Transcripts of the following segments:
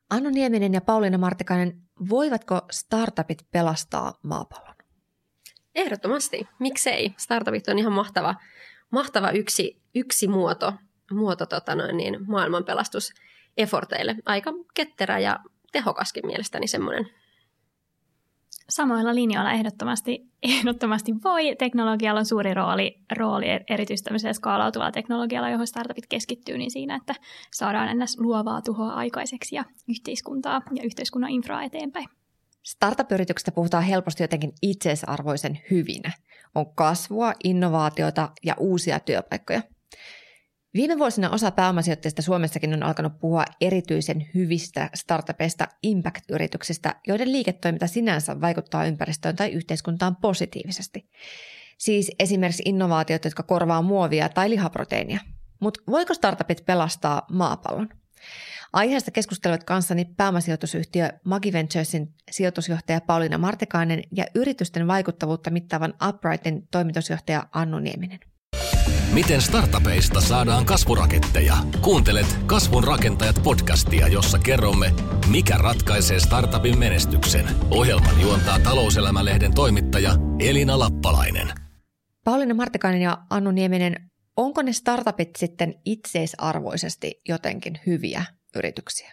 Annu Nieminen ja Pauliina Martikainen, voivatko startupit pelastaa maapallon? Ehdottomasti. Miksei? Startupit on ihan mahtava yksi muoto maailman pelastusefforteille. Aika ketterä ja tehokaskin mielestäni semmoinen. Samoilla linjoilla ehdottomasti voi. Teknologialla on suuri rooli erityisesti tämmöisellä skaalautuvalla teknologialla, johon startupit keskittyy, niin siinä, että saadaan ennäs luovaa tuhoa aikaiseksi ja yhteiskuntaa ja yhteiskunnan infraa eteenpäin. Startup-yrityksistä puhutaan helposti jotenkin itseisarvoisen hyvinä. On kasvua, innovaatiota ja uusia työpaikkoja. Viime vuosina osa pääomasijoittajista Suomessakin on alkanut puhua erityisen hyvistä startupeista, impact-yrityksistä, joiden liiketoiminta sinänsä vaikuttaa ympäristöön tai yhteiskuntaan positiivisesti. Siis esimerkiksi innovaatiot, jotka korvaa muovia tai lihaproteiinia. Mutta voiko startupit pelastaa maapallon? Aiheesta keskustelevat kanssani pääomasijoitusyhtiö Magiventuresin sijoitusjohtaja Pauliina Martikainen ja yritysten vaikuttavuutta mittaavan Uprightin toimitusjohtaja Annu Nieminen. Miten startupeista saadaan kasvuraketteja? Kuuntelet Kasvun rakentajat podcastia, jossa kerromme, mikä ratkaisee startupin menestyksen. Ohjelman juontaa Talouselämä-lehden toimittaja Elina Lappalainen. Pauliina Martikainen ja Annu Nieminen, onko ne startupit sitten itseisarvoisesti jotenkin hyviä yrityksiä?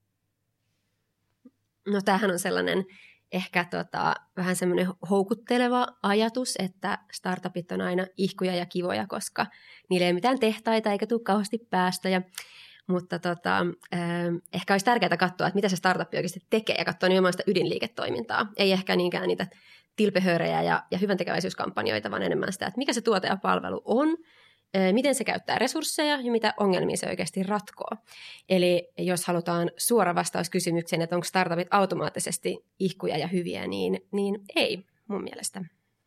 No tämähän on sellainen ehkä vähän semmoinen houkutteleva ajatus, että startupit on aina ihkuja ja kivoja, koska niillä ei ole mitään tehtaita eikä tule kauheasti päästöjä. Mutta ehkä olisi tärkeää katsoa, että mitä se startup oikeasti tekee ja katsoa nimenomaan sitä ydinliiketoimintaa. Ei ehkä niinkään niitä tilpehöörejä ja hyväntekeväisyyskampanjoita, vaan enemmän sitä, että mikä se tuote ja palvelu on, miten se käyttää resursseja ja mitä ongelmia se oikeasti ratkoo. Eli jos halutaan suora vastaus kysymykseen, että onko startupit automaattisesti ihkuja ja hyviä, niin ei mun mielestä.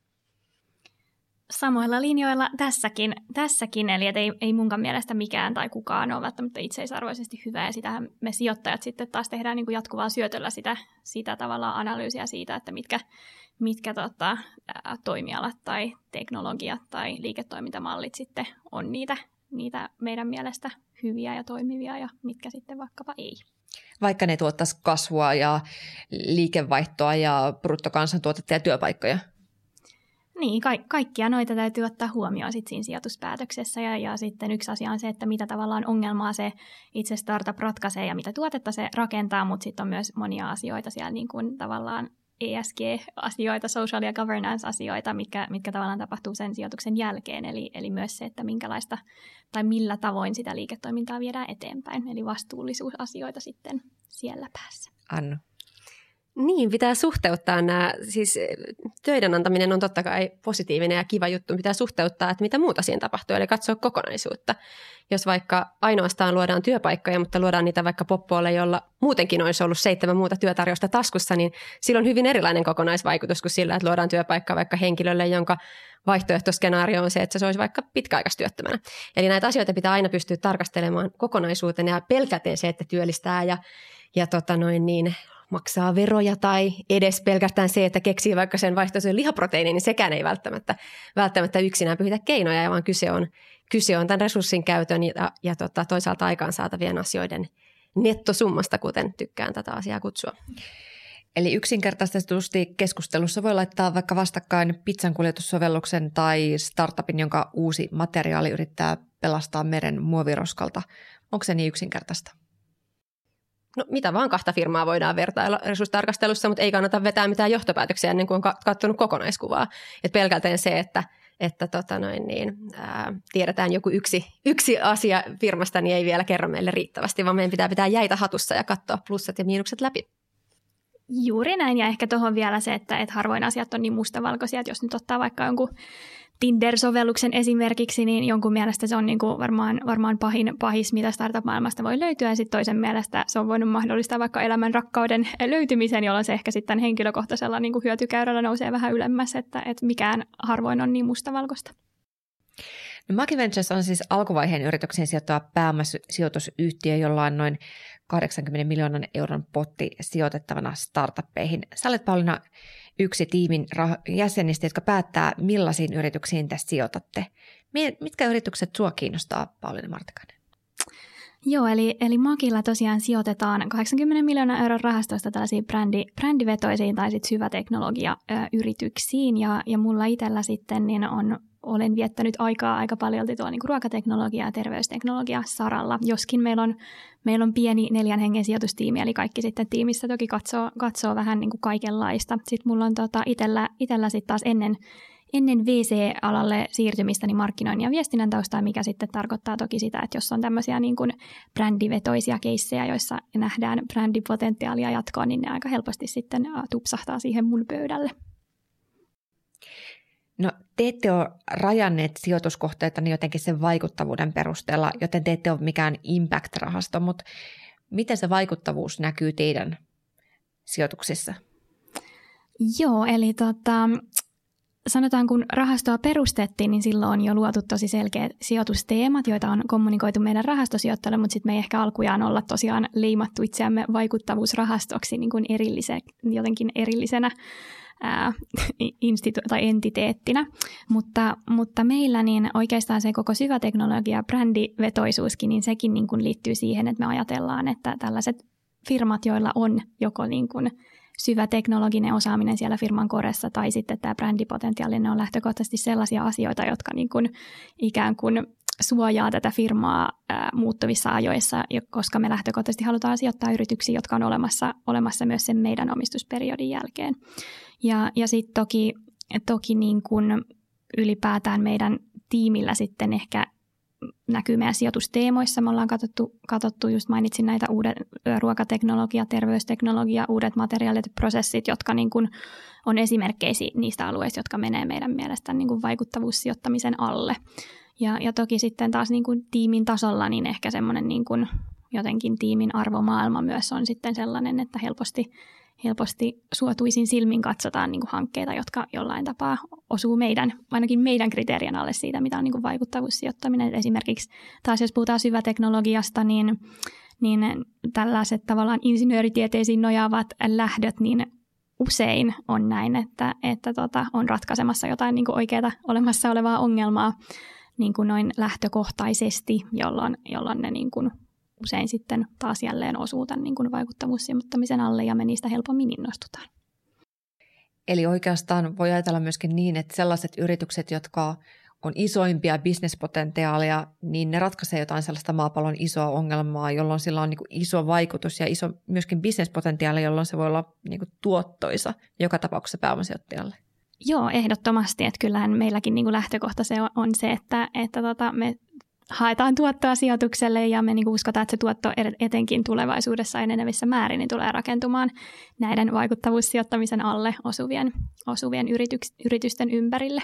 Samoilla linjoilla tässäkin eli ei munkaan mielestä mikään tai kukaan ole välttämättä itseisarvoisesti hyvä, ja sitähän me sijoittajat sitten taas tehdään niin kuin jatkuvaa syötöllä sitä tavallaan analyysiä siitä, että mitkä toimialat tai teknologiat tai liiketoimintamallit sitten on niitä meidän mielestä hyviä ja toimivia ja mitkä sitten vaikkapa ei. Vaikka ne tuottaisi kasvua ja liikevaihtoa ja bruttokansantuotetta ja työpaikkoja. Niin, kaikkia noita täytyy ottaa huomioon sit siinä sijoituspäätöksessä ja sitten yksi asia on se, että mitä tavallaan ongelmaa se itse startup ratkaisee ja mitä tuotetta se rakentaa, mutta sitten on myös monia asioita siellä niin kuin tavallaan ESG-asioita, social ja governance-asioita, mitkä tavallaan tapahtuu sen sijoituksen jälkeen, eli myös se, että minkälaista tai millä tavoin sitä liiketoimintaa viedään eteenpäin, eli vastuullisuusasioita sitten siellä päässä. Annu. Niin, pitää suhteuttaa nämä, siis töiden antaminen on totta kai positiivinen ja kiva juttu, pitää suhteuttaa, että mitä muuta siinä tapahtuu, eli katsoa kokonaisuutta. Jos vaikka ainoastaan luodaan työpaikkoja, mutta luodaan niitä vaikka Poppoolle, jolla muutenkin olisi ollut 7 muuta työtarjousta taskussa, niin sillä on hyvin erilainen kokonaisvaikutus kuin sillä, että luodaan työpaikka vaikka henkilölle, jonka vaihtoehtoskenaario on se, että se olisi vaikka pitkäaikaistyöttömänä. Eli näitä asioita pitää aina pystyä tarkastelemaan kokonaisuutena ja pelkästään se, että työllistää ja maksaa veroja tai edes pelkästään se, että keksii vaikka sen vaihtoehtoisen lihaproteiinin, niin sekään ei välttämättä yksinään pyhitä keinoja, vaan kyse on tämän resurssin käytön ja toisaalta aikaansaatavien asioiden nettosummasta, kuten tykkään tätä asiaa kutsua. Eli yksinkertaisesti keskustelussa voi laittaa vaikka vastakkain pizzankuljetussovelluksen tai startupin, jonka uusi materiaali yrittää pelastaa meren muoviroskalta. Onko se niin yksinkertaista? No mitä vaan 2 firmaa voidaan vertailla resurssitarkastelussa, mutta ei kannata vetää mitään johtopäätöksiä ennen kuin on katsonut kokonaiskuvaa. Et pelkältään se, että tiedetään joku yksi asia firmasta, niin ei vielä kerro meille riittävästi, vaan meidän pitää jäitä hatussa ja katsoa plussat ja miinukset läpi. Juuri näin, ja ehkä tuohon vielä se, että harvoin asiat on niin mustavalkoisia, että jos nyt ottaa vaikka jonkun Tinder-sovelluksen esimerkiksi, niin jonkun mielestä se on niin kuin varmaan pahis, mitä startup-maailmasta voi löytyä, ja sitten toisen mielestä se on voinut mahdollistaa vaikka elämän rakkauden löytymisen, jolloin se ehkä sitten henkilökohtaisella niin kuin hyötykäyrällä nousee vähän ylemmäs, että mikään harvoin on niin mustavalkoista. No Magiventures on siis alkuvaiheen yrityksiin sijoittava pääomasijoitusyhtiö, jolla on noin 80 miljoonan euron potti sijoitettavana startuppeihin. Sä olet, Pauliina, yksi tiimin jäsenistä, jotka päättää, millaisiin yrityksiin te sijoitatte. Mitkä yritykset sua kiinnostaa, Pauliina Martikainen? Joo, eli Magilla tosiaan sijoitetaan 80 miljoonan euron rahastosta tällaisiin brändivetoisiin tai sitten syväteknologia-yrityksiin. Ja mulla itsellä sitten niin olen viettänyt aikaa aika paljon tuolla niin kuin ruokateknologia- ja terveysteknologia-saralla, joskin meillä on pieni 4 hengen sijoitustiimi, eli kaikki sitten tiimissä toki katsoo vähän niin kuin kaikenlaista. Sitten mulla on itsellä sitten taas ennen VC-alalle siirtymistä niin markkinoinnin ja viestinnän taustaa, mikä sitten tarkoittaa toki sitä, että jos on tämmöisiä niin kuin brändivetoisia keissejä, joissa nähdään brändipotentiaalia jatkoa, niin ne aika helposti sitten tupsahtaa siihen mun pöydälle. No te ette ole rajanneet sijoituskohteita niin jotenkin sen vaikuttavuuden perusteella, joten te ette ole mikään impact-rahasto, mutta miten se vaikuttavuus näkyy teidän sijoituksissa? Joo, eli sanotaan, kun rahastoa perustettiin, niin silloin on jo luotu tosi selkeät sijoitusteemat, joita on kommunikoitu meidän rahastosijoittajille, mutta sitten me ei ehkä alkujaan olla tosiaan leimattu itseämme vaikuttavuusrahastoksi niin kuin jotenkin erillisenä tai entiteettinä, mutta meillä niin oikeastaan se koko syväteknologia- ja brändivetoisuuskin, niin sekin niin kuin liittyy siihen, että me ajatellaan, että tällaiset firmat, joilla on joko niin kuin syvä teknologinen osaaminen siellä firman koressa tai sitten tämä brändipotentiaali, ne on lähtökohtaisesti sellaisia asioita, jotka niin kuin ikään kuin suojaa tätä firmaa muuttuvissa ajoissa, koska me lähtökohtaisesti halutaan sijoittaa yrityksiin, jotka on olemassa myös sen meidän omistusperiodin jälkeen. Ja sitten toki niin kuin ylipäätään meidän tiimillä sitten ehkä näkyy meidän sijoitusteemoissa. Me ollaan katsottu just mainitsin näitä uudet ruokateknologia, terveysteknologia, uudet materiaalit ja prosessit, jotka niin kuin on esimerkkeisiä niistä alueista, jotka menee meidän mielestä niin kuin vaikuttavuussijoittamisen alle. Ja toki sitten taas niin kuin tiimin tasolla niin ehkä semmoinen niin kuin jotenkin tiimin arvomaailma myös on sitten sellainen, että helposti suotuisin silmin katsotaan niin kuin hankkeita, jotka jollain tapaa osuu ainakin meidän kriteerien alle siitä, mitä on niin kuin vaikuttavuussijoittaminen. Esimerkiksi taas jos puhutaan syväteknologiasta, niin tällaiset tavallaan insinööritieteisiin nojaavat lähdöt, niin usein on näin, että on ratkaisemassa jotain niin kuin oikeaa olemassa olevaa ongelmaa niin kuin noin lähtökohtaisesti, jolloin ne niin kuin usein sitten taas jälleen osuu tämän niin kuin vaikuttavuussijoittamisen alle ja me niistä helpommin innostutaan. Eli oikeastaan voi ajatella myöskin niin, että sellaiset yritykset, jotka on isoimpia bisnespotentiaalia, niin ne ratkaisee jotain sellaista maapallon isoa ongelmaa, jolloin sillä on niin kuin iso vaikutus ja iso myöskin bisnespotentiaali, jolloin se voi olla niin kuin tuottoisa joka tapauksessa pääomasijoittajalle. Joo, ehdottomasti. Että kyllähän meilläkin niin kuin lähtökohta se on se, että me haetaan tuottoa sijoitukselle ja me niin kuin uskotaan, että se tuotto etenkin tulevaisuudessa enenevissä määrin niin tulee rakentumaan näiden vaikuttavuussijoittamisen alle osuvien yritysten ympärille.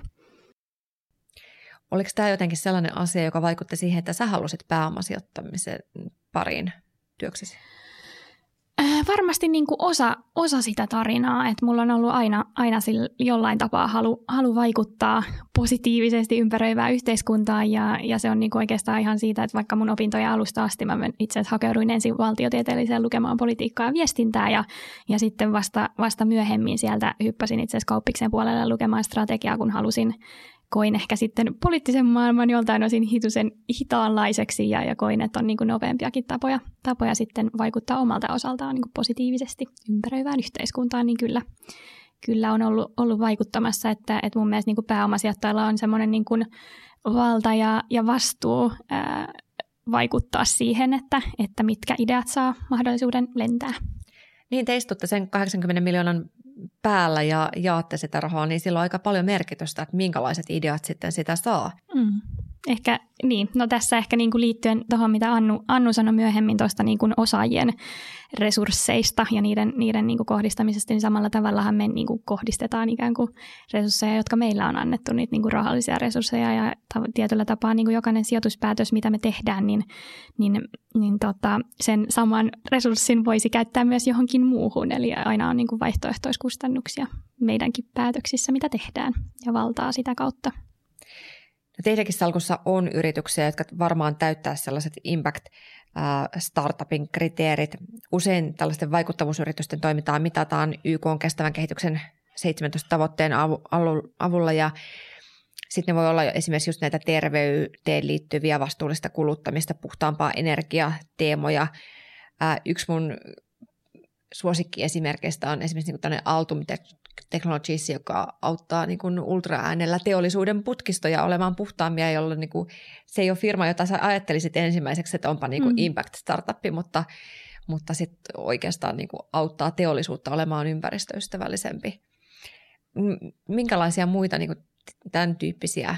Oliko tämä jotenkin sellainen asia, joka vaikutti siihen, että sä halusit pääomasijoittamisen pariin työksesi? Varmasti niin kuin osa sitä tarinaa, että mulla on ollut aina jollain tapaa halu vaikuttaa positiivisesti ympäröivään yhteiskuntaan ja se on niin kuin oikeastaan ihan siitä, että vaikka mun opintojen alusta asti mä itse asiassa hakeuduin ensin valtiotieteelliseen lukemaan politiikkaa ja viestintää ja sitten vasta myöhemmin sieltä hyppäsin itse asiassa kauppiksen puolelle lukemaan strategiaa, kun koin ehkä sitten poliittisen maailman joltain osin hitaanlaiseksi ja koin, että on niin kuin nopeampiakin tapoja sitten vaikuttaa omalta osaltaan niin kuin positiivisesti ympäröivään yhteiskuntaan, niin kyllä on ollut vaikuttamassa, että mun mielestä niin kuin pääomasijoittajilla on semmoinen niin kuin valta ja vastuu vaikuttaa siihen, että mitkä ideat saa mahdollisuuden lentää. Niin, te istutte sen 80 miljoonan päällä ja jaatte sitä rahaa, niin sillä on aika paljon merkitystä, että minkälaiset ideat sitten sitä saa. Ehkä niin. No tässä ehkä niin kuin liittyen tuohon, mitä Annu sanoi myöhemmin tuosta niin kuin osaajien resursseista ja niiden niin kuin kohdistamisesta, niin samalla tavallahan me niin kuin kohdistetaan ikään kuin resursseja, jotka meillä on annettu, niitä niin kuin rahallisia resursseja ja tietyllä tapaa niin kuin jokainen sijoituspäätös, mitä me tehdään, niin sen saman resurssin voisi käyttää myös johonkin muuhun, eli aina on niin kuin vaihtoehtoiskustannuksia meidänkin päätöksissä, mitä tehdään ja valtaa sitä kautta. Teidänkin salkussa on yrityksiä, jotka varmaan täyttää sellaiset impact-startupin kriteerit. Usein tällaisten vaikuttavuusyritysten toimintaa mitataan YK:n kestävän kehityksen 17 tavoitteen avulla ja Sitten ne voi olla esimerkiksi just näitä terveyteen liittyviä vastuullista kuluttamista, puhtaampaa energiateemoja. Yksi mun suosikkiesimerkkeistä on esimerkiksi niin tämmöinen Altum Technologies, joka auttaa niin kuin ultraäänellä teollisuuden putkistoja olemaan puhtaampia, jolloin niin kuin, se ei ole firma, jota sä ajattelisit ensimmäiseksi, että onpa niin kuin impact-startuppi, mutta sitten oikeastaan niin kuin auttaa teollisuutta olemaan ympäristöystävällisempi. Minkälaisia muita niin kuin tämän tyyppisiä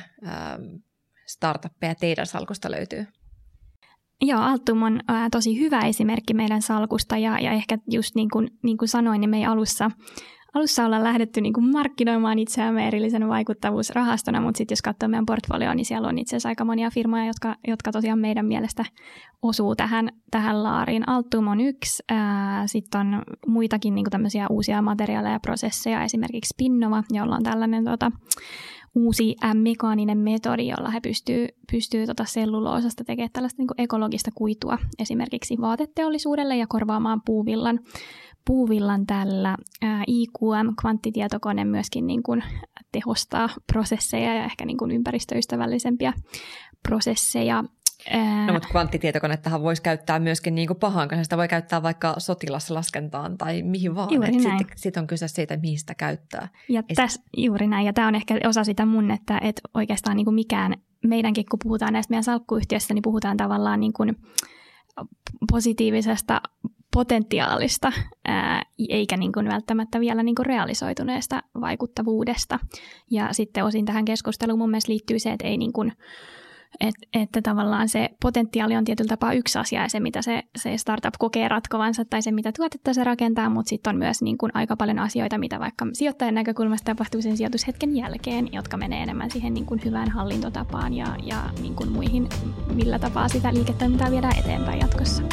startuppeja teidän salkusta löytyy? Joo, Altum on tosi hyvä esimerkki meidän salkusta ja ehkä just niin kuin sanoin, niin me ei alussa ollaan lähdetty niin kuin markkinoimaan itseämme erillisen vaikuttavuusrahastona, mutta sitten jos katsoo meidän portfolioon, niin siellä on itse asiassa aika monia firmoja, jotka tosiaan meidän mielestä osuu tähän laariin. Altum on yksi, sitten on muitakin niin kuin tämmöisiä uusia materiaaleja ja prosesseja, esimerkiksi Spinnova, jolla on tällainen uusi mekaaninen metodi, jolla he pystyy selluloosasta tekemään tällaista niin kuin ekologista kuitua esimerkiksi vaateteollisuudelle ja korvaamaan puuvillan tällä. IQM, kvanttitietokone, myöskin niin kuin tehostaa prosesseja ja ehkä niin kuin ympäristöystävällisempiä prosesseja. No, mutta kvanttitietokonettahan voisi käyttää myöskin niin kuin pahaan, koska sitä voi käyttää vaikka sotilaslaskentaan tai mihin vaan. Sitten on kyse siitä, mihin sitä käyttää. Ja juuri näin. Ja tämä on ehkä osa sitä mun, että oikeastaan niin kuin mikään, meidänkin kun puhutaan näistä meidän salkkuyhtiöistä, niin puhutaan tavallaan niin kuin positiivisesta potentiaalista, eikä niin kuin välttämättä vielä niin kuin realisoituneesta vaikuttavuudesta. Ja sitten osin tähän keskusteluun mun mielestä liittyy se, että ei niin kuin että tavallaan se potentiaali on tietyllä tapaa yksi asia ja se, mitä se startup kokee ratkovansa tai se, mitä tuotetta se rakentaa, mutta sitten on myös niin kuin aika paljon asioita, mitä vaikka sijoittajan näkökulmasta tapahtuu sen sijoitushetken jälkeen, jotka menee enemmän siihen niin kuin hyvään hallintotapaan ja niin kuin muihin, millä tapaa sitä liiketoimintaa viedään eteenpäin jatkossa.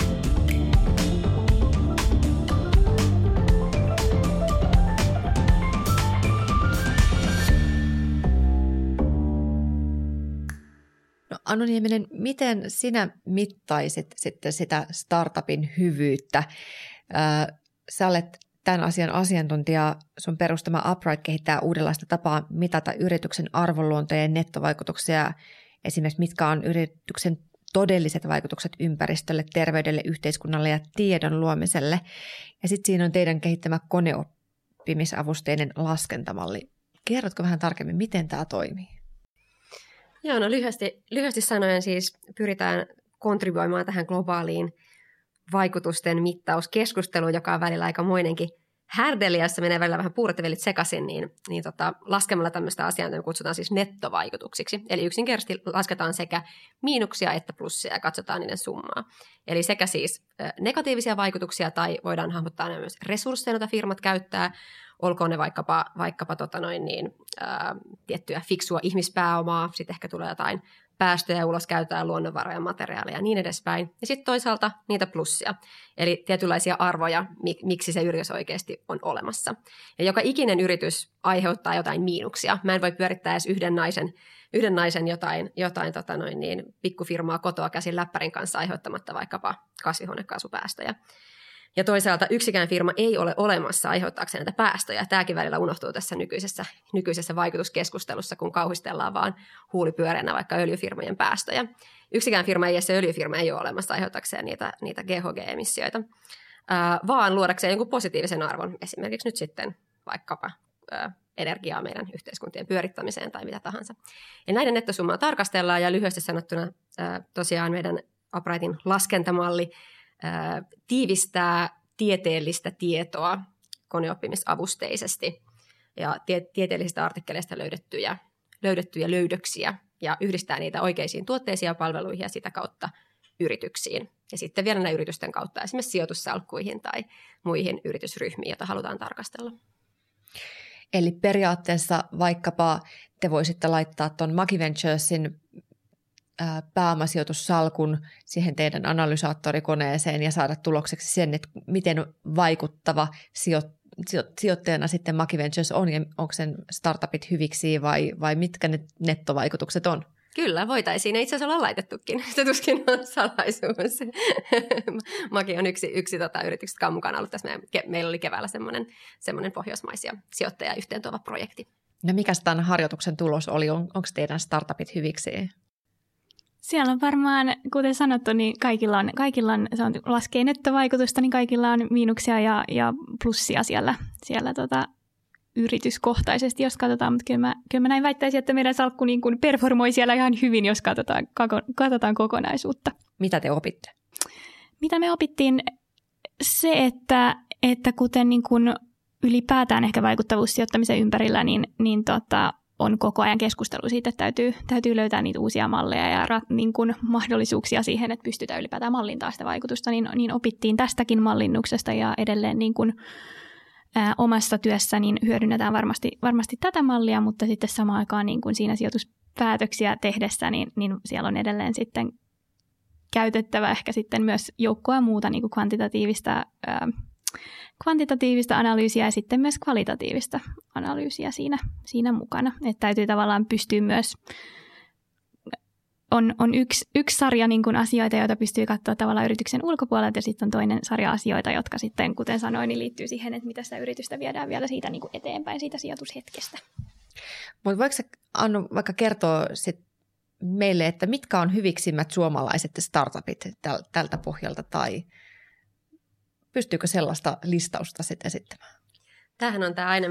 Anu Nieminen, miten sinä mittaisit sitten sitä startupin hyvyyttä? Sä olet tämän asian asiantuntija, sun perustama Upright kehittää uudenlaista tapaa mitata yrityksen arvonluontoja ja nettovaikutuksia, esimerkiksi mitkä on yrityksen todelliset vaikutukset ympäristölle, terveydelle, yhteiskunnalle ja tiedon luomiselle. Ja sitten siinä on teidän kehittämä koneoppimisavusteinen laskentamalli. Kerrotko vähän tarkemmin, miten tämä toimii? Joo, no lyhyesti sanoen siis pyritään kontribuoimaan tähän globaaliin vaikutusten mittauskeskusteluun, joka on välillä aikamoinenkin härdeli, jossa menee välillä vähän puurot ja velit sekaisin, niin laskemalla tämmöistä asiaa, jota kutsutaan siis nettovaikutuksiksi. Eli yksinkertaisesti lasketaan sekä miinuksia että plussia ja katsotaan niiden summaa. Eli sekä siis negatiivisia vaikutuksia tai voidaan hahmottaa ne myös resursseja, joita firmat käyttää, olkoon ne vaikkapa tiettyä fiksua ihmispääomaa, sitten ehkä tulee jotain päästöjä ulos, käytetään luonnonvaroja, materiaaleja ja niin edespäin. Ja sitten toisaalta niitä plussia, eli tietynlaisia arvoja, miksi se yritys oikeasti on olemassa. Ja joka ikinen yritys aiheuttaa jotain miinuksia. Mä en voi pyörittää edes yhden naisen jotain pikkufirmaa kotoa käsin läppärin kanssa aiheuttamatta vaikkapa kasvihuonekaasupäästöjä. Ja toisaalta yksikään firma ei ole olemassa aiheuttaakseen näitä päästöjä. Tämäkin välillä unohtuu tässä nykyisessä vaikutuskeskustelussa, kun kauhistellaan vaan huulipyöreänä vaikka öljyfirmojen päästöjä. Yksikään firma ei, ja se öljyfirma ei ole olemassa aiheuttaakseen niitä GHG-emissioita, vaan luodakseen jonkun positiivisen arvon, esimerkiksi nyt sitten vaikkapa energiaa meidän yhteiskuntien pyörittämiseen tai mitä tahansa. Ja näiden nettosummaa tarkastellaan, ja lyhyesti sanottuna tosiaan meidän Uprightin laskentamalli tiivistää tieteellistä tietoa koneoppimisavusteisesti ja tieteellisistä artikkeleista löydettyjä löydöksiä ja yhdistää niitä oikeisiin tuotteisiin ja palveluihin ja sitä kautta yrityksiin. Ja sitten vielä näiden yritysten kautta esimerkiksi sijoitussalkkuihin tai muihin yritysryhmiin, joita halutaan tarkastella. Eli periaatteessa vaikkapa te voisitte laittaa tuon Maki Venturesin pääomasijoitussalkun siihen teidän analysaattorikoneeseen ja saada tulokseksi sen, että miten vaikuttava sijoittajana sitten Maki Ventures on ja onko sen startupit hyviksi vai mitkä ne nettovaikutukset on? Kyllä, voitaisiin. Itse asiassa ollaan laitettukin. Se tuskin on salaisuus. Maki on yksi yrityksistä, joka on mukana ollut tässä. Meillä oli keväällä semmoinen pohjoismaisia sijoittajia yhteen tuova projekti. No mikä tämän harjoituksen tulos oli? Onko teidän startupit hyviksi? Siellä on varmaan, kuten sanottu, niin kaikilla on se on, laskee nettovaikutusta, niin kaikilla on miinuksia ja plussia siellä yrityskohtaisesti, jos katsotaan. Mutta kyllä mä näin väittäisin, että meidän salkku niin kuin performoi siellä ihan hyvin, jos katsotaan kokonaisuutta. Mitä te opitte? Mitä me opittiin? Se, että kuten niin kuin ylipäätään ehkä vaikuttavuussijoittamisen ympärillä, niin on koko ajan keskustelu siitä, että täytyy löytää niitä uusia malleja ja niin kuin mahdollisuuksia siihen, että pystytään ylipäätään mallintaa sitä vaikutusta, niin opittiin tästäkin mallinnuksesta ja edelleen niin kuin, omassa työssä niin hyödynnetään varmasti tätä mallia, mutta sitten samaan aikaan niin kuin siinä sijoituspäätöksiä tehdessä, niin siellä on edelleen sitten käytettävä ehkä sitten myös joukkoa muuta niin kuin kvantitatiivista analyysiä ja sitten myös kvalitatiivista analyysiä siinä mukana. Että täytyy tavallaan pystyä myös, on yksi sarja niin kuin asioita, joita pystyy katsoa tavallaan yrityksen ulkopuolelta ja sitten on toinen sarja asioita, jotka sitten, kuten sanoin, niin liittyy siihen, että mitä sitä yritystä viedään vielä siitä niin kuin eteenpäin, siitä sijoitushetkestä. Mutta voiko sä, Annu, vaikka kertoa sit meille, että mitkä on hyviksimmät suomalaiset startupit tältä pohjalta tai pystyykö sellaista listausta sitten esittämään? Tämähän on tämä aina,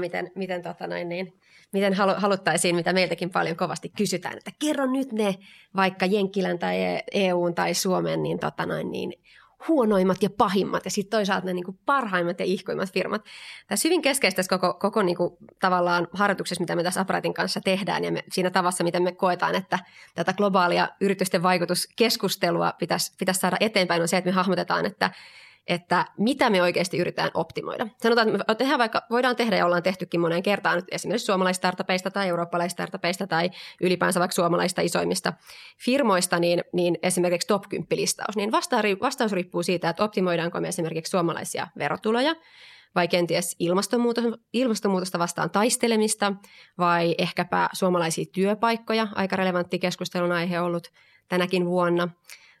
miten haluttaisiin, mitä meiltäkin paljon kovasti kysytään, että kerro nyt ne vaikka Jenkkilän tai EUn tai Suomen niin huonoimmat ja pahimmat ja sitten toisaalta ne niin kuin parhaimmat ja ihkuimmat firmat. Tässä hyvin keskeistä tässä koko niin kuin tavallaan harjoituksessa, mitä me tässä Uprightin kanssa tehdään ja siinä tavassa, miten me koetaan, että tätä globaalia yritysten vaikutuskeskustelua pitäisi saada eteenpäin, on se, että me hahmotetaan, että mitä me oikeasti yritetään optimoida. Sanotaan, että me voidaan tehdä ja ollaan tehtykin moneen kertaan nyt esimerkiksi suomalaistartupeista tai eurooppalaistartupeista tai ylipäänsä vaikka suomalaista isoimmista firmoista, niin esimerkiksi top 10-listaus. Niin vastaus riippuu siitä, että optimoidaanko me esimerkiksi suomalaisia verotuloja vai kenties ilmastonmuutosta vastaan taistelemista vai ehkäpä suomalaisia työpaikkoja. Aika relevantti keskustelun aihe ollut tänäkin vuonna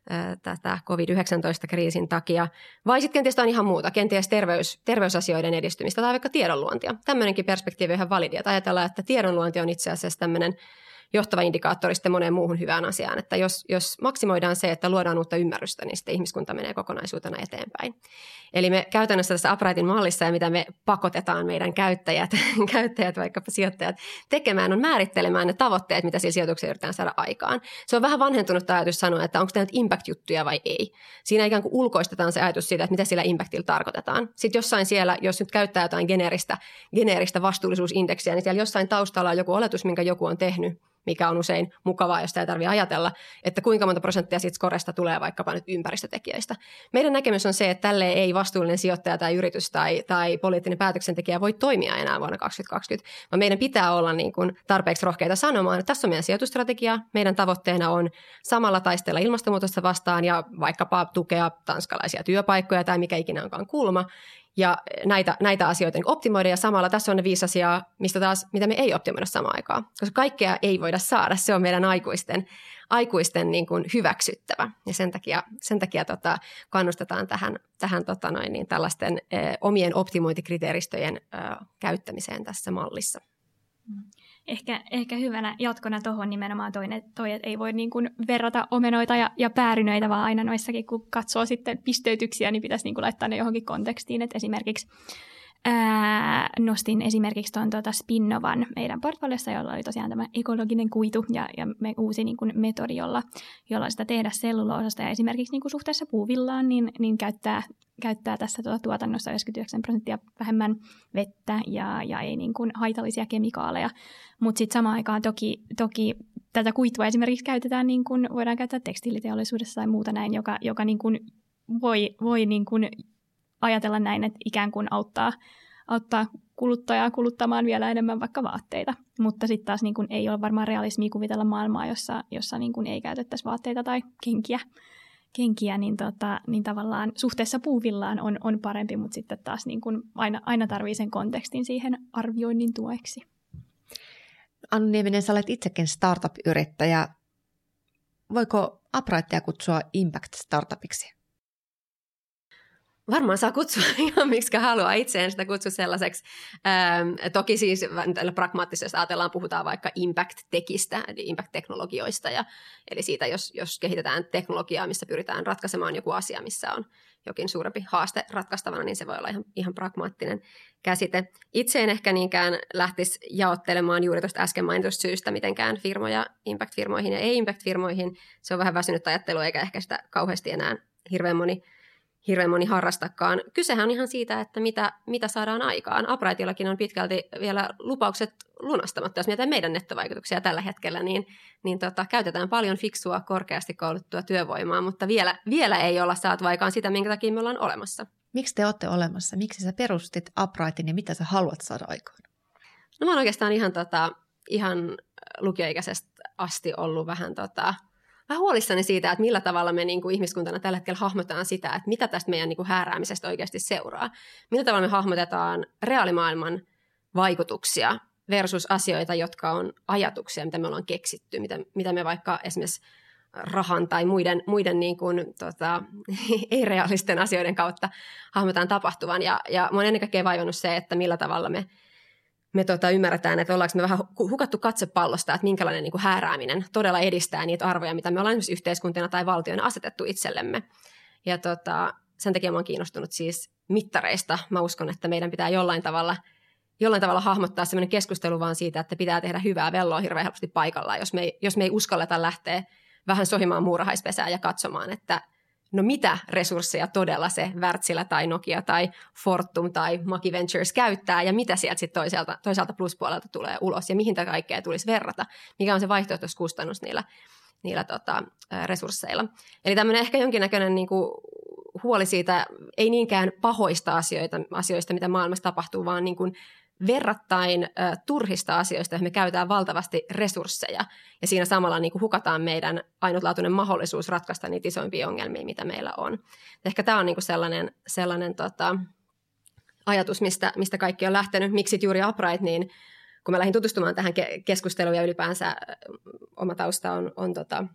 tätä COVID-19-kriisin takia, vai sitten kenties on ihan muuta, kenties terveysasioiden edistymistä tai vaikka tiedonluontia. Tämmöinenkin perspektiivi on ihan validi, että ajatellaan, että tiedonluonti on itse asiassa tämmöinen johtava indikaattori sitten moneen muuhun hyvään asiaan, että jos maksimoidaan se, että luodaan uutta ymmärrystä, niin sitten ihmiskunta menee kokonaisuutena eteenpäin. Eli me käytännössä tässä Uprightin mallissa ja mitä me pakotetaan meidän käyttäjät vaikkapa sijoittajat tekemään, on määrittelemään ne tavoitteet, mitä sillä sijoituksella yritetään saada aikaan. Se on vähän vanhentunut ajatus sanoa, että onko tämä nyt impact-juttuja vai ei. Siinä ikään kuin ulkoistetaan se ajatus siitä, että mitä sillä impactilla tarkoitetaan. Sitten jossain siellä, jos nyt käyttää jotain geneeristä vastuullisuusindeksiä, niin siellä jossain taustalla on joku oletus, minkä joku on tehnyt, mikä on usein mukavaa, jos sitä ei tarvitse ajatella, että kuinka monta prosenttia siitä skoresta tulee vaikkapa nyt ympäristötekijöistä. Meidän näkemys on se, että tälleen ei vastuullinen sijoittaja tai yritys tai poliittinen päätöksentekijä voi toimia enää vuonna 2020, vaan meidän pitää olla niin kuin tarpeeksi rohkeita sanomaan, että tässä on meidän sijoitustrategia, meidän tavoitteena on samalla taistella ilmastonmuutosta vastaan ja vaikkapa tukea tanskalaisia työpaikkoja tai mikä ikinä onkaan kulma, ja näitä asioita niin optimoida ja samalla tässä on ne 5 asiaa, mitä me ei optimoida samaan aikaan. Koska kaikkea ei voida saada, se on meidän aikuisten niin kuin hyväksyttävä. Ja sen takia kannustetaan tähän tällaisten omien optimointikriteeristöjen käyttämiseen tässä mallissa. Ehkä hyvänä jatkona tuohon nimenomaan toi, että ei voi niin kuin verrata omenoita ja päärynöitä, vaan aina noissakin, kun katsoo sitten pisteytyksiä, niin pitäisi niin kuin laittaa ne johonkin kontekstiin. Että esimerkiksi nostin esimerkiksi tuon Spinnovan meidän portfoliossa, jolla oli tosiaan tämä ekologinen kuitu ja uusi niin kuin metodi, jolla sitä tehdä selluloosasta. Ja esimerkiksi niin kuin suhteessa puuvillaan niin käyttää tässä tuotannossa 99% vähemmän vettä ja ei niin kuin haitallisia kemikaaleja. Mutta sitten samaan aikaan toki tätä kuitua esimerkiksi käytetään, niin kuin voidaan käyttää tekstiiliteollisuudessa tai muuta näin, joka niin kuin voi niin kuin ajatella näin, että ikään kuin auttaa kuluttajaa kuluttamaan vielä enemmän vaikka vaatteita. Mutta sitten taas niin kuin ei ole varmaan realismia kuvitella maailmaa, jossa niin kuin ei käytettäisi vaatteita tai kenkiä niin tavallaan suhteessa puuvillaan on parempi, mutta sitten taas niin kuin aina tarvii sen kontekstin siihen arvioinnin tueksi. Annu Nieminen, sä olet itsekin startup-yrittäjä. Voiko Uprightia kutsua impact-startupiksi? Varmaan saa kutsua ihan miksikä haluaa, itse en sitä kutsu sellaiseksi. Toki siis pragmaattisesti ajatellaan, puhutaan vaikka impact-techistä, eli impact-teknologioista, eli siitä, jos kehitetään teknologiaa, missä pyritään ratkaisemaan joku asia, missä on jokin suurempi haaste ratkaistavana, niin se voi olla ihan pragmaattinen käsite. Itse en ehkä niinkään lähtisi jaottelemaan juuri tuosta äsken mainitusta syystä mitenkään firmoja impact-firmoihin ja ei-impact-firmoihin. Se on vähän väsynyt ajattelu, eikä ehkä sitä kauheasti enää hirveän moni harrastakaan. Kysehän on ihan siitä, että mitä saadaan aikaan. Upright'illakin on pitkälti vielä lupaukset lunastamatta. Jos mietitään meidän nettovaikutuksia tällä hetkellä, niin käytetään paljon fiksua, korkeasti kouluttua työvoimaa, mutta vielä ei olla saatu aikaan sitä, minkä takia me ollaan olemassa. Miksi te olette olemassa? Miksi sä perustit Uprightin ja mitä sä haluat saada aikaan? No mä oon oikeastaan ihan lukioikäisestä asti ollut vähän huolissani siitä, että millä tavalla me niin kuin ihmiskuntana tällä hetkellä hahmotetaan sitä, että mitä tästä meidän niin kuin hääräämisestä oikeasti seuraa. Millä tavalla me hahmotetaan reaalimaailman vaikutuksia versus asioita, jotka on ajatuksia, mitä me ollaan keksitty, mitä me vaikka esimerkiksi rahan tai muiden niin kuin, ei-reaalisten asioiden kautta hahmotetaan tapahtuvan. Ja mun on ennen kaikkea vaivannut se, että millä tavalla me ymmärretään, että ollaanko me vähän hukattu katsepallosta, että minkälainen niin kuin häärääminen todella edistää niitä arvoja, mitä me ollaan esimerkiksi yhteiskuntana tai valtiona asetettu itsellemme. Ja sen takia mä oon kiinnostunut siis mittareista. Mä uskon, että meidän pitää jollain tavalla hahmottaa sellainen keskustelu vaan siitä, että pitää tehdä hyvää velloa hirveän helposti paikallaan, jos me ei uskalleta lähteä vähän sohimaan muurahaispesää ja katsomaan, että no mitä resursseja todella se Wärtsilä tai Nokia tai Fortum tai Maki Ventures käyttää ja mitä sieltä sitten toisaalta pluspuolelta tulee ulos ja mihin tämä kaikkea tulisi verrata, mikä on se vaihtoehtoiskustannus niillä resursseilla. Eli tämmöinen ehkä jonkinnäköinen niinku huoli siitä, ei niinkään pahoista asioista, mitä maailmassa tapahtuu, vaan niin kuin verrattain turhista asioista, joihin me käytetään valtavasti resursseja ja siinä samalla niin kuin hukataan meidän ainutlaatuinen mahdollisuus ratkaista niitä isoimpia ongelmia, mitä meillä on. Ehkä tämä on niin kuin sellainen ajatus, mistä kaikki on lähtenyt. Miksi juuri Upright, niin kun mä lähdin tutustumaan tähän keskusteluun ja ylipäänsä oma tausta on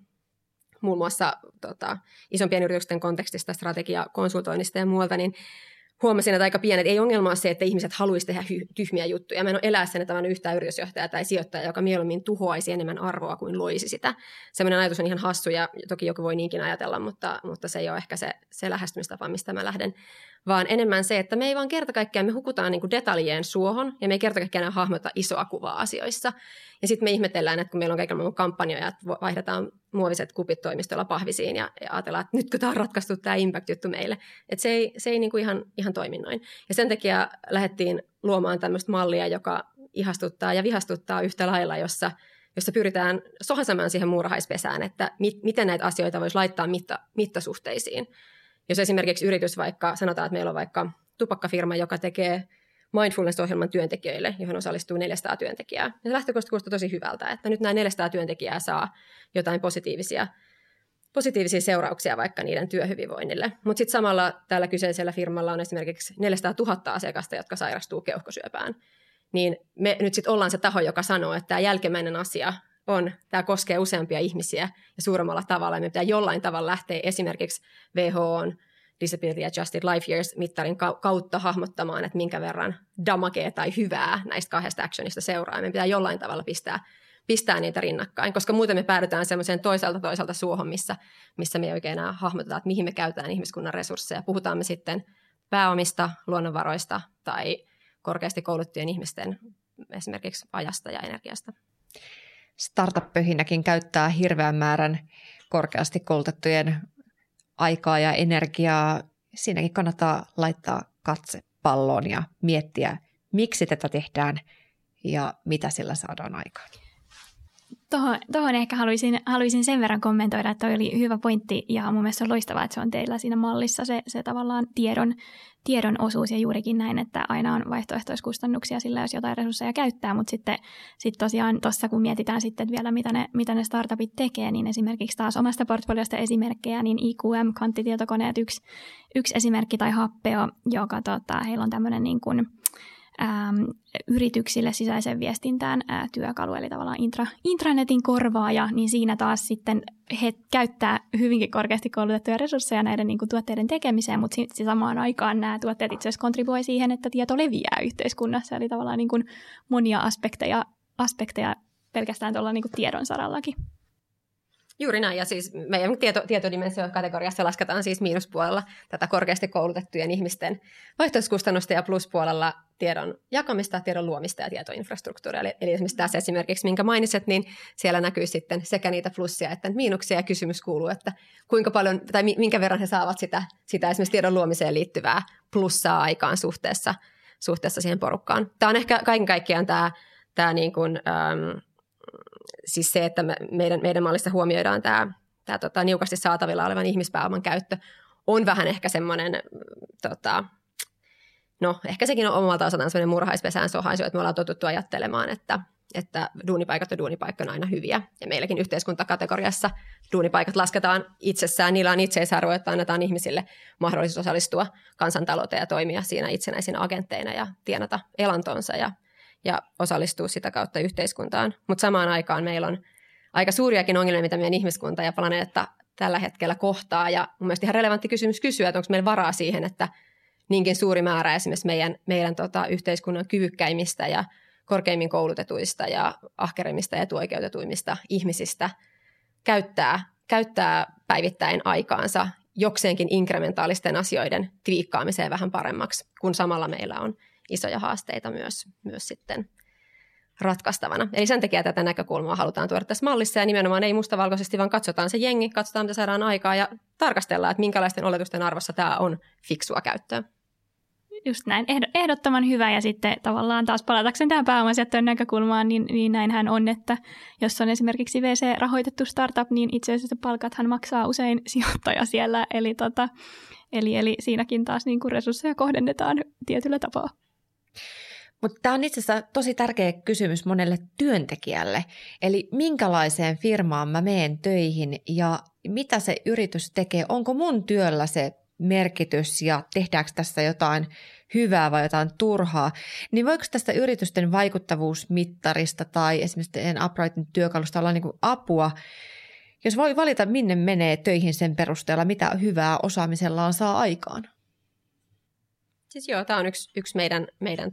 muun muassa isompien yritysten kontekstista, strategiakonsultoinnista ja muualta, niin huomasin, että aika pienet. Ei ongelma ole se, että ihmiset haluaisi tehdä tyhmiä juttuja. Mä en ole eläessäni tavallaan yhtään yritysjohtaja tai sijoittaja, joka mieluummin tuhoaisi enemmän arvoa kuin loisi sitä. Sellainen ajatus on ihan hassu ja toki joku voi niinkin ajatella, mutta se ei ole ehkä se lähestymistapa, mistä mä lähden. Vaan enemmän se, että me ei vaan kerta kaikkiaan, me hukutaan niin kuin detaljien suohon ja me ei kerta kaikkiaan hahmota isoa kuvaa asioissa. Ja sitten me ihmetellään, että kun meillä on kaikenlainen kampanjoja, että vaihdetaan muoviset kupit toimistolla pahvisiin ja ajatellaan, että nytkö tämä on ratkaistu tämä impact-juttu meille. Että se ei niin kuin ihan toimi noin. Ja sen takia lähdettiin luomaan tämmöistä mallia, joka ihastuttaa ja vihastuttaa yhtä lailla, jossa pyritään sohasemaan siihen muurahaispesään, että miten näitä asioita voisi laittaa mittasuhteisiin. Jos esimerkiksi yritys vaikka, sanotaan, että meillä on vaikka tupakkafirma, joka tekee mindfulness-ohjelman työntekijöille, johon osallistuu 400 työntekijää. Ja se lähtökohtaisesti kuulostaa tosi hyvältä, että nyt nämä 400 työntekijää saa jotain positiivisia seurauksia vaikka niiden työhyvinvoinnille. Mutta sitten samalla tällä kyseisellä firmalla on esimerkiksi 400 000 asiakasta, jotka sairastuu keuhkosyöpään. Niin me nyt sitten ollaan se taho, joka sanoo, että tämä jälkimmäinen asia tämä koskee useampia ihmisiä ja suuremmalla tavalla. Me pitää jollain tavalla lähteä esimerkiksi WHO:n Disability Adjusted Life Years-mittarin kautta hahmottamaan, että minkä verran damagea tai hyvää näistä kahdesta actionista seuraa. Me pitää jollain tavalla pistää niitä rinnakkain, koska muuten me päädytään semmoiseen toisaalta suohon, missä me ei oikein enää hahmoteta, että mihin me käytetään ihmiskunnan resursseja. Puhutaan me sitten pääomista, luonnonvaroista tai korkeasti kouluttujen ihmisten esimerkiksi ajasta ja energiasta. Startup-pöhinäkin käyttää hirveän määrän korkeasti koulutettujen aikaa ja energiaa. Siinäkin kannattaa laittaa katse palloon ja miettiä, miksi tätä tehdään ja mitä sillä saadaan aikaan. Tuohon ehkä haluaisin sen verran kommentoida, että toi oli hyvä pointti ja mun mielestä on loistavaa, että se on teillä siinä mallissa se tavallaan tiedon osuus ja juurikin näin, että aina on vaihtoehtoiskustannuksia sillä, jos jotain resursseja käyttää, mutta sitten tosiaan tuossa kun mietitään sitten vielä mitä ne startupit tekee, niin esimerkiksi taas omasta portfoliosta esimerkkejä, niin IQM-kvanttitietokoneet yksi esimerkki tai Happeo, joka heillä on tämmöinen niin kuin yrityksille sisäisen viestintään työkalu, eli tavallaan intranetin korvaaja, niin siinä taas sitten he käyttää hyvinkin korkeasti koulutettuja resursseja näiden niin kuin tuotteiden tekemiseen, mutta samaan aikaan nämä tuotteet itse asiassa kontribuoi siihen, että tieto leviää yhteiskunnassa, eli tavallaan niin kuin monia aspekteja pelkästään tuolla niin kuin tiedon sarallakin. Juuri näin, ja siis meidän tietodimensio-kategoriassa lasketaan siis miinuspuolella tätä korkeasti koulutettujen ihmisten vaihtoehtoiskustannusta ja pluspuolella tiedon jakamista, tiedon luomista ja tietoinfrastruktuuria. Eli esimerkiksi, minkä mainitset, niin siellä näkyy sitten sekä niitä plussia että miinuksia, ja kysymys kuuluu, että kuinka paljon tai minkä verran he saavat sitä esimerkiksi tiedon luomiseen liittyvää plussaa aikaan suhteessa siihen porukkaan. Tämä on ehkä kaiken kaikkiaan tämä niin kuin, siis se, että meidän mallissa huomioidaan tämä niukasti saatavilla olevan ihmispääoman käyttö, on vähän ehkä semmoinen, ehkä sekin on omalta osaltaan semmoinen murhaispesään sohaisu, että me ollaan totuttu ajattelemaan, että duunipaikat ja duunipaikka on aina hyviä. Ja meilläkin yhteiskuntakategoriassa duunipaikat lasketaan itsessään, niillä on itseisarvo, että annetaan ihmisille mahdollisuus osallistua kansantalouteen ja toimia siinä itsenäisinä agentteina ja tienata elantonsa ja osallistua sitä kautta yhteiskuntaan. Mutta samaan aikaan meillä on aika suuriakin ongelmia, mitä meidän ihmiskunta ja planeetta tällä hetkellä kohtaa. Ja mun mielestä ihan relevantti kysymys kysyä, että onko meillä varaa siihen, että niinkin suuri määrä esimerkiksi meidän yhteiskunnan kyvykkäimmistä ja korkeimmin koulutetuista ja ahkerimmista ja etuoikeutetuimmista ihmisistä käyttää päivittäin aikaansa jokseenkin inkrementaalisten asioiden twiikkaamiseen vähän paremmaksi, kun samalla meillä on isoja haasteita myös sitten ratkaistavana. Eli sen takia tätä näkökulmaa halutaan tuoda tässä mallissa, ja nimenomaan ei mustavalkoisesti, vaan katsotaan se jengi, katsotaan mitä saadaan aikaa ja tarkastellaan, että minkälaisten oletusten arvossa tämä on fiksua käyttöä. Just näin, ehdottoman hyvä, ja sitten tavallaan taas palatakseni tähän pääomasijoittajan näkökulmaan, niin näinhän on, että jos on esimerkiksi VC-rahoitettu startup, niin itse asiassa palkathan maksaa usein sijoittaja siellä, eli siinäkin taas niin kuin resursseja kohdennetaan tietyllä tapaa. Mutta tämä on itse asiassa tosi tärkeä kysymys monelle työntekijälle, eli minkälaiseen firmaan mä menen töihin ja mitä se yritys tekee, onko mun työllä se merkitys ja tehdäänkö tässä jotain hyvää vai jotain turhaa, niin voiko tästä yritysten vaikuttavuusmittarista tai esimerkiksi Uprightin työkalusta olla niin kuin apua, jos voi valita minne menee töihin sen perusteella, mitä hyvää osaamisellaan saa aikaan? Siis joo, tämä on yksi meidän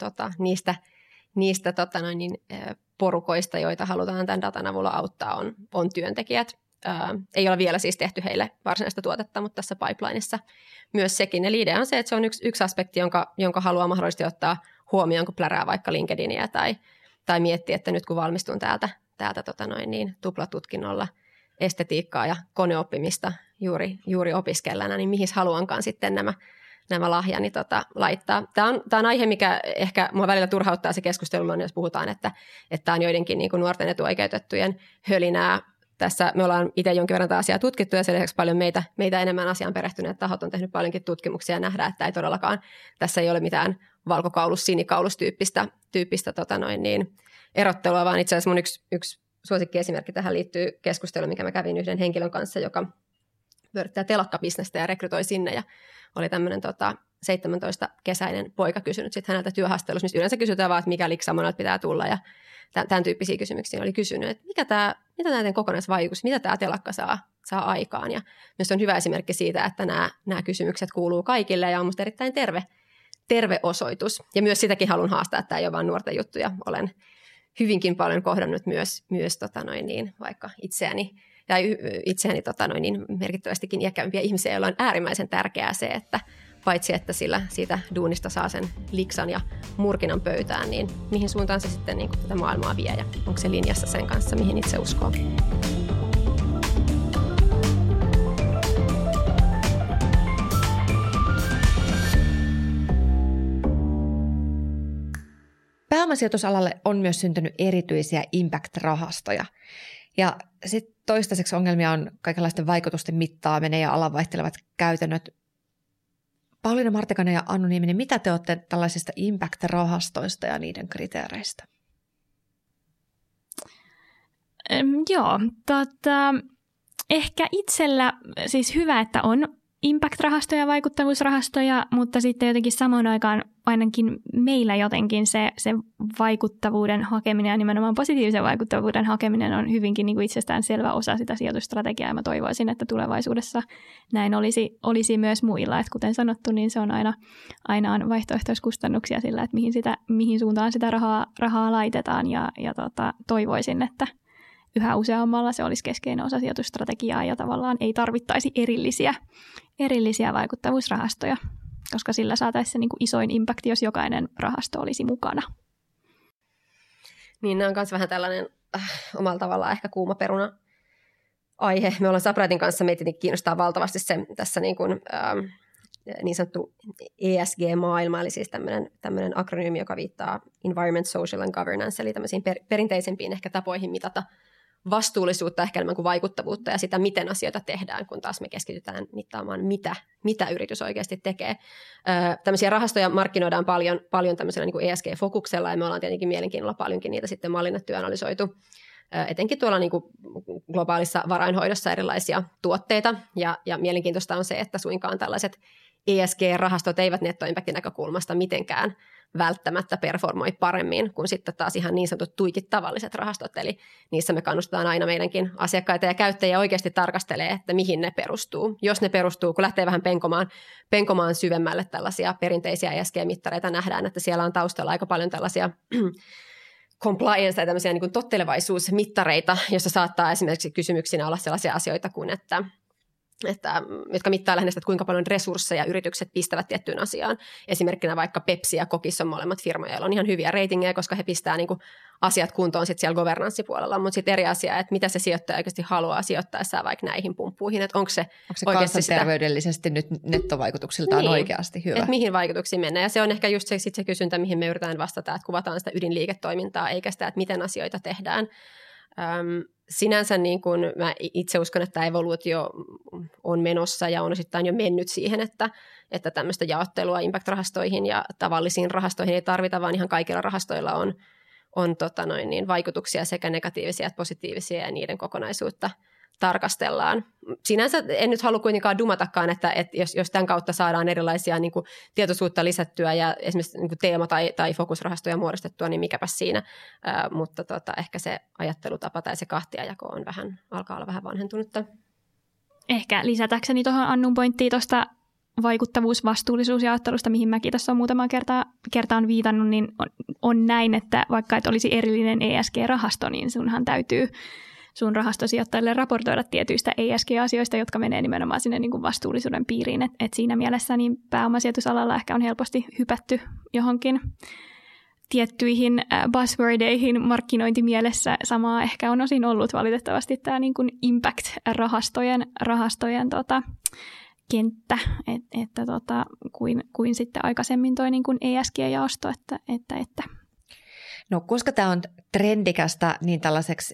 niistä porukoista, joita halutaan tämän datan avulla auttaa, on työntekijät. Ei ole vielä siis tehty heille varsinaista tuotetta, mutta tässä pipelineissa myös sekin. Eli idea on se, että se on yksi aspekti, jonka haluaa mahdollisesti ottaa huomioon, kun plärää vaikka LinkedInia tai miettii, että nyt kun valmistun täältä tuplatutkinnolla estetiikkaa ja koneoppimista juuri opiskellana, niin mihin haluankaan sitten nämä lahjani laittaa. Tämä on aihe, mikä ehkä mua välillä turhauttaa se keskustelu, jos puhutaan, että tämä on joidenkin niin kuin nuorten etuoikeutettujen hölinää. Tässä me ollaan itse jonkin verran asiaa tutkittu, ja sen lisäksi paljon meitä enemmän asiaan perehtyneet tahot on tehnyt paljonkin tutkimuksia ja nähdään, että ei todellakaan, tässä ei ole mitään valkokaulus-sinikaulus-tyyppistä erottelua, vaan itse asiassa mun yksi suosikkiesimerkki tähän liittyy keskusteluun, mikä mä kävin yhden henkilön kanssa, joka pyörittää telakkabisnestä ja rekrytoi sinne, ja oli tämmöinen 17-kesäinen poika kysynyt sitten häneltä työhaastattelussa, missä yleensä kysytään vaan, että mikä liksa monelta pitää tulla, ja tämän tyyppisiä kysymyksiä oli kysynyt, että mitä näiden kokonaisvaikutus, mitä tämä telakka saa aikaan. Ja myös on hyvä esimerkki siitä, että nämä kysymykset kuuluu kaikille ja on musta erittäin terve osoitus. Ja myös sitäkin haluan haastaa, että tämä ei ole vain nuorten juttuja. Olen hyvinkin paljon kohdannut myös vaikka itseäni merkittävästikin iäkkäämpiä ihmisiä, joilla on äärimmäisen tärkeää se, että paitsi että siitä duunista saa sen liksan ja murkinan pöytään, niin mihin suuntaan se sitten niin tätä maailmaa vie ja onko se linjassa sen kanssa, mihin itse uskoo. Pääomasijoitusalalle on myös syntynyt erityisiä impact-rahastoja. Ja sitten toistaiseksi ongelmia on kaikenlaisten vaikutusten mittaaminen ja alanvaihtelevat käytännöt. Pauliina Martikainen ja Annu Nieminen, mitä te olette tällaisista impact-rahastoista ja niiden kriteereistä? Joo, ehkä itsellä siis hyvä, että impact-rahastoja, vaikuttavuusrahastoja, mutta sitten jotenkin samaan aikaan ainakin meillä jotenkin se vaikuttavuuden hakeminen ja nimenomaan positiivisen vaikuttavuuden hakeminen on hyvinkin niin kuin itsestään selvä osa sitä sijoitustrategiaa. Ja mä toivoisin, että tulevaisuudessa näin olisi myös muilla. Et kuten sanottu, niin se on aina on vaihtoehtoiskustannuksia sillä, että mihin suuntaan sitä rahaa laitetaan ja toivoisin, että yhä useammalla se olisi keskeinen osa sijoitusstrategiaa ja tavallaan ei tarvittaisi erillisiä vaikuttavuusrahastoja, koska sillä saataisiin se niin kuin isoin impakti, jos jokainen rahasto olisi mukana. Niin, nämä on myös vähän tällainen omalla tavallaan ehkä kuuma peruna aihe. Me ollaan Sapratin kanssa, meitä kiinnostaa valtavasti se tässä niin sanottu ESG-maailma, eli siis tämmöinen akronyymi, joka viittaa Environment, Social and Governance, eli tämmöisiin perinteisempiin ehkä tapoihin mitata vastuullisuutta ehkä enemmän kuin vaikuttavuutta ja sitä, miten asioita tehdään, kun taas me keskitytään mittaamaan, mitä yritys oikeasti tekee. Tämmöisiä rahastoja markkinoidaan paljon tämmöisellä niin kuin ESG-fokuksella, ja me ollaan tietenkin mielenkiinnolla paljonkin niitä sitten mallinnettu ja analysoitu. Etenkin tuolla niin kuin globaalissa varainhoidossa erilaisia tuotteita, ja mielenkiintoista on se, että suinkaan tällaiset ESG-rahastot eivät nettoimpactin näkökulmasta mitenkään välttämättä performoi paremmin kuin sitten taas ihan niin sanotut tuikit tavalliset rahastot. Eli niissä me kannustetaan aina meidänkin asiakkaita ja käyttäjiä oikeasti tarkastelee, että mihin ne perustuu. Jos ne perustuu, kun lähtee vähän penkomaan syvemmälle tällaisia perinteisiä ESG-mittareita, nähdään, että siellä on taustalla aika paljon tällaisia compliance tai tämmöisiä niin kuin tottelevaisuusmittareita, joissa saattaa esimerkiksi kysymyksinä olla sellaisia asioita kuin, jotka mittaa lähinnä sitä, että kuinka paljon resursseja yritykset pistävät tiettyyn asiaan. Esimerkkinä vaikka Pepsi ja Kokis on molemmat firmoja, joilla on ihan hyviä ratingeja, koska he pistää niin kuin asiat kuntoon sitten siellä governanssipuolella. Mutta sitten eri asia, että mitä se sijoittaja oikeasti haluaa sijoittaessaan vaikka näihin pumppuihin. Että onko se kansanterveydellisesti nyt nettovaikutuksiltaan oikeasti hyvä? Että mihin vaikutuksiin mennään. Ja se on ehkä just se kysyntä, mihin me yritetään vastata, että kuvataan sitä ydinliiketoimintaa, eikä sitä, että miten asioita tehdään. Sinänsä niin kun mä itse uskon, että evoluutio on menossa ja on osittain jo mennyt siihen, että tämmöistä jaottelua impact-rahastoihin ja tavallisiin rahastoihin ei tarvita, vaan ihan kaikilla rahastoilla on vaikutuksia sekä negatiivisia että positiivisia ja niiden kokonaisuutta tarkastellaan. Sinänsä en nyt halua kuitenkaan dumatakaan, että jos tämän kautta saadaan erilaisia niin kuin tietoisuutta lisättyä ja esimerkiksi niin kuin teema- tai fokusrahastoja muodostettua, niin mikäpäs siinä. Mutta ehkä se ajattelutapa tai se kahtiajako alkaa olla vähän vanhentunutta. Ehkä lisätäkseni tuohon Annun pointtiin tuosta vaikuttavuusvastuullisuusjaottelusta, mihin mäkin tässä on muutamaan kertaan viitannut, niin on näin, että vaikka et olisi erillinen ESG-rahasto, niin sunhan täytyy sun rahastosijoittajille raportoida tietyistä ESG-asioista, jotka menee nimenomaan sinne niin kuin vastuullisuuden piiriin. Et siinä mielessä niin pääomasijoitusalalla ehkä on helposti hypätty johonkin tiettyihin buzzwordeihin markkinointimielessä. Samaa ehkä on osin ollut valitettavasti tämä niin kuin impact-rahastojen kenttä, kuin sitten aikaisemmin toi niin kuin ESG-jaosto. Että. No koska tämä on trendikästä, niin tällaiseksi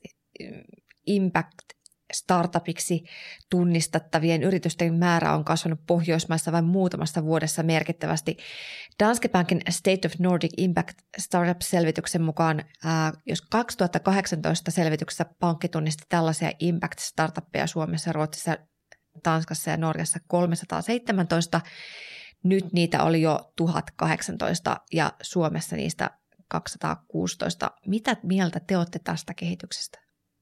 impact-startupiksi tunnistettavien yritysten määrä on kasvanut Pohjoismaissa vain muutamassa vuodessa merkittävästi. Danske Bankin State of Nordic Impact Startup-selvityksen mukaan, jos 2018 selvityksessä pankki tunnisti tällaisia impact-startuppeja Suomessa, Ruotsissa, Tanskassa ja Norjassa 317, nyt niitä oli jo 1018 ja Suomessa niistä 216. Mitä mieltä te olette tästä kehityksestä?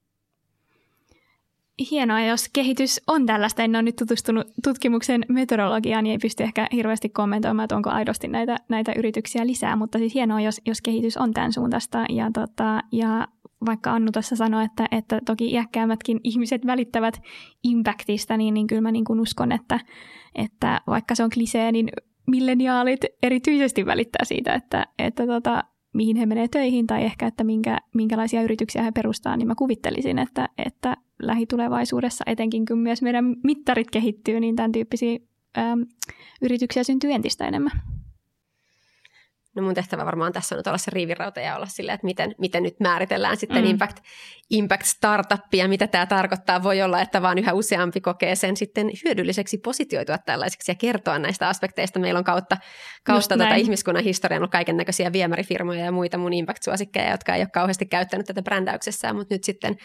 Hienoa, jos kehitys on tällaista. En ole nyt tutustunut tutkimuksen metodologiaan, niin ei pysty ehkä hirveästi kommentoimaan, että onko aidosti näitä yrityksiä lisää, mutta siis hienoa, jos kehitys on tämän suuntaista. Ja vaikka Annu tuossa sanoi, että toki iäkkäämmätkin ihmiset välittävät impactista, niin kyllä mä niin kuin uskon, että vaikka se on klisee, niin milleniaalit erityisesti välittää siitä, että mihin he menee töihin tai ehkä, että minkälaisia yrityksiä he perustaa, niin mä kuvittelisin, että lähitulevaisuudessa etenkin kun myös meidän mittarit kehittyy, niin tämän tyyppisiä yrityksiä syntyy entistä enemmän. No mun tehtävä varmaan tässä on nyt olla se riivirauta ja olla silleen, että miten nyt määritellään sitten impact startuppia, mitä tämä tarkoittaa. Voi olla, että vaan yhä useampi kokee sen sitten hyödylliseksi positioitua tällaiseksi ja kertoa näistä aspekteista. Meillä on kautta ihmiskunnan historian ollut kaiken näköisiä viemärifirmoja ja muita mun impact-suosikkeja, jotka ei ole kauheasti käyttänyt tätä brändäyksessään, mutta nyt sitten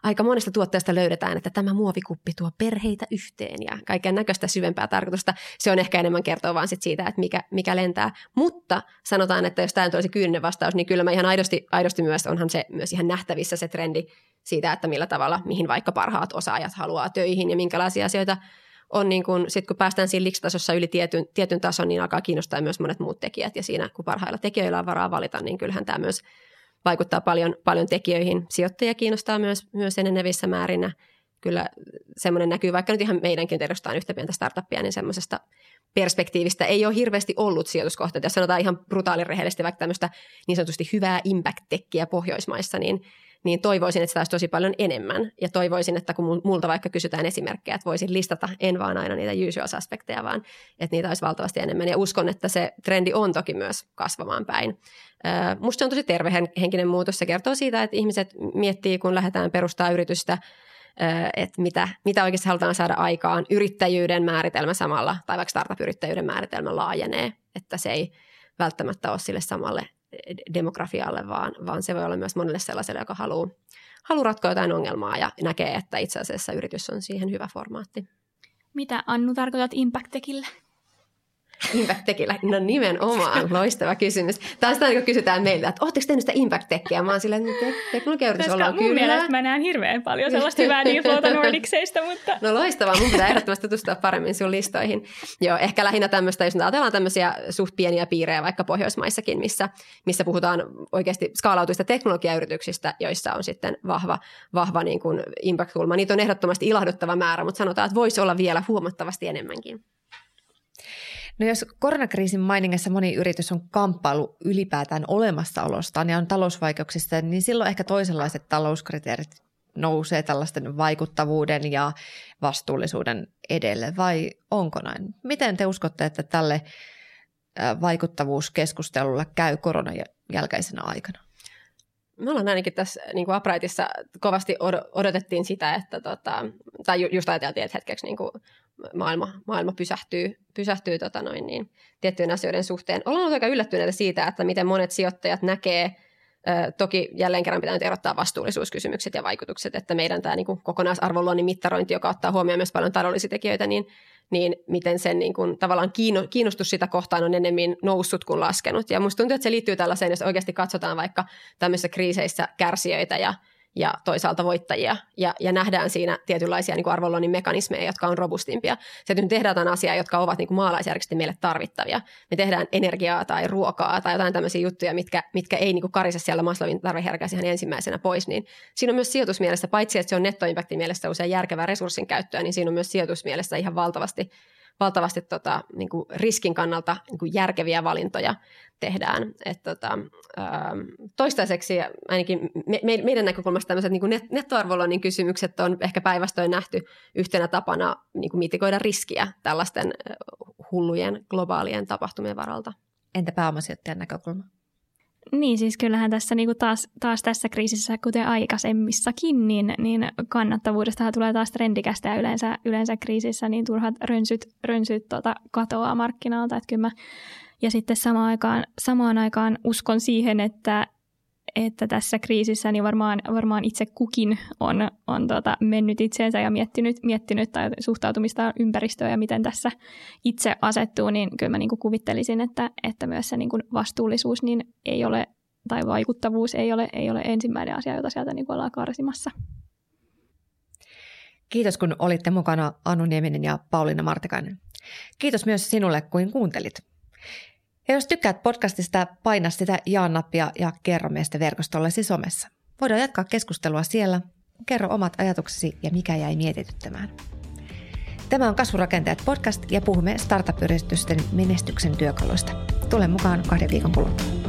aika monesta tuotteesta löydetään, että tämä muovikuppi tuo perheitä yhteen ja kaiken näköistä syvempää tarkoitusta. Se on ehkä enemmän kertoo vaan sit siitä, että mikä lentää. Mutta sanotaan, että jos tämä olisi kyyninen vastaus, niin kyllä mä ihan aidosti myös, onhan se myös ihan nähtävissä se trendi siitä, että millä tavalla, mihin vaikka parhaat osaajat haluaa töihin ja minkälaisia asioita on niin kun, sit kun päästään siinä likstasossa yli tietyn tason, niin alkaa kiinnostaa myös monet muut tekijät. Ja siinä, kun parhailla tekijöillä on varaa valita, niin kyllähän tämä myös vaikuttaa paljon tekijöihin. Sijoittajia kiinnostaa myös enenevissä määrin. Kyllä semmoinen näkyy, vaikka nyt ihan meidänkin edustaan yhtä pientä startuppia, niin semmoisesta perspektiivistä ei ole hirveästi ollut sijoituskohteita. Jos sanotaan ihan brutaalin rehellisesti vaikka tämmöistä niin sanotusti hyvää impact-tekkiä Pohjoismaissa, niin toivoisin, että sitä olisi tosi paljon enemmän. Ja toivoisin, että kun multa vaikka kysytään esimerkkejä, että voisin listata en vaan aina niitä usual suspectteja, vaan että niitä olisi valtavasti enemmän. Ja uskon, että se trendi on toki myös kasvamaan päin. Musta se on tosi tervehenkinen muutos. Se kertoo siitä, että ihmiset miettii, kun lähdetään perustaa yritystä, että mitä oikeasti halutaan saada aikaan. Yrittäjyyden määritelmä samalla, tai vaikka startup-yrittäjyyden määritelmä laajenee, että se ei välttämättä ole sille samalle demografialle, vaan se voi olla myös monelle sellaiselle, joka haluaa ratkoa jotain ongelmaa ja näkee, että itse asiassa yritys on siihen hyvä formaatti. Mitä Annu tarkoitat impact-techillä? Impact-techillä? No nimenomaan, loistava kysymys. Tämä on sitä, kun kysytään meiltä, että ootteko tehnyt sitä impact-techia? Mä oon silleen, että teknologiayritys ollaan kyllä. Mun mielestä mä näen hirveän paljon sellaista hyvää infota Nordicseista, mutta... No loistavaa, mun pitää ehdottomasti tutustua paremmin sun listoihin. Joo, ehkä lähinnä tämmöistä, jos ajatellaan tämmöisiä suht pieniä piirejä vaikka Pohjoismaissakin, missä puhutaan oikeasti skaalautuista teknologiayrityksistä, joissa on sitten vahva niin kuin impact-kulma. Niitä on ehdottomasti ilahduttava määrä, mutta sanotaan, että voisi olla vielä huomattavasti enemmänkin. No jos koronakriisin mainingassa moni yritys on kamppailu ylipäätään olemassaolostaan ja on talousvaikeuksissa, niin silloin ehkä toisenlaiset talouskriteerit nousee tällaisten vaikuttavuuden ja vastuullisuuden edelle, vai onko näin? Miten te uskotte, että tälle vaikuttavuuskeskustelulle käy koronan jälkeisenä aikana? Me ollaan ainakin tässä niin kuin Uprightissa kovasti odotettiin sitä, että tai just ajateltiin, että hetkeksi niin kuin maailma pysähtyy tiettyjen asioiden suhteen. Ollaan ollut aika yllättyneitä siitä, että miten monet sijoittajat näkee, toki jälleen kerran pitää nyt erottaa vastuullisuuskysymykset ja vaikutukset, että meidän tämä niin kuin kokonaisarvonluonnin mittarointi, joka ottaa huomioon myös paljon taloudellisia tekijöitä, niin miten sen niin kuin, tavallaan kiinnostus sitä kohtaan on enemmän noussut kuin laskenut. Ja musta tuntuu, että se liittyy tällaiseen, jos oikeasti katsotaan vaikka tämmöisissä kriiseissä kärsijöitä ja toisaalta voittajia, ja nähdään siinä tietynlaisia niin kuin arvonluonnin mekanismeja, jotka on robustimpia. Se, että me tehdään jotain asiaa, jotka ovat niin kuin maalaisjärkisesti meille tarvittavia. Me tehdään energiaa tai ruokaa tai jotain tämmöisiä juttuja, mitkä ei niin kuin karise siellä Maslowin tarvehierarkiassa ihan ensimmäisenä pois. Niin siinä on myös sijoitusmielessä, paitsi että se on nettoimpaktin mielessä usein järkevää resurssin käyttöä, niin siinä on myös sijoitusmielessä ihan valtavasti niin kuin riskin kannalta niin kuin järkeviä valintoja tehdään. Toistaiseksi ainakin meidän näkökulmasta tämmöiset niin kuin nettoarvonluonnin kysymykset on ehkä päinvastoin nähty yhtenä tapana niin kuin mitikoida riskiä tällaisten hullujen globaalien tapahtumien varalta. Entä pääomasijoittajan näkökulma? Niin, siis kyllähän tässä niin kuin taas tässä kriisissä, kuten aikaisemmissakin, niin kannattavuudestahan tulee taas trendikästä ja yleensä kriisissä niin turhat rönsyt katoaa markkinalta. Että kyllä ja sitten samaan aikaan uskon siihen, että tässä kriisissä niin varmaan itse kukin on mennyt itseensä ja miettinyt tai suhtautumista ympäristöön ja miten tässä itse asettuu, niin kyllä mä niin kuin kuvittelisin, että myös se niin kuin vastuullisuus niin ei ole, tai vaikuttavuus ei ole ensimmäinen asia, jota sieltä niin kuin ollaan karsimassa. Kiitos, kun olitte mukana, Anu Nieminen ja Pauliina Martikainen. Kiitos myös sinulle, kun kuuntelit. Ja jos tykkäät podcastista, paina sitä jaa-nappia ja kerro meistä verkostollesi somessa. Voidaan jatkaa keskustelua siellä. Kerro omat ajatuksesi ja mikä jäi mietityttämään. Tämä on Kasvurakentajat podcast ja puhumme startup-yritysten menestyksen työkaluista. Tule mukaan 2 viikon kuluttua.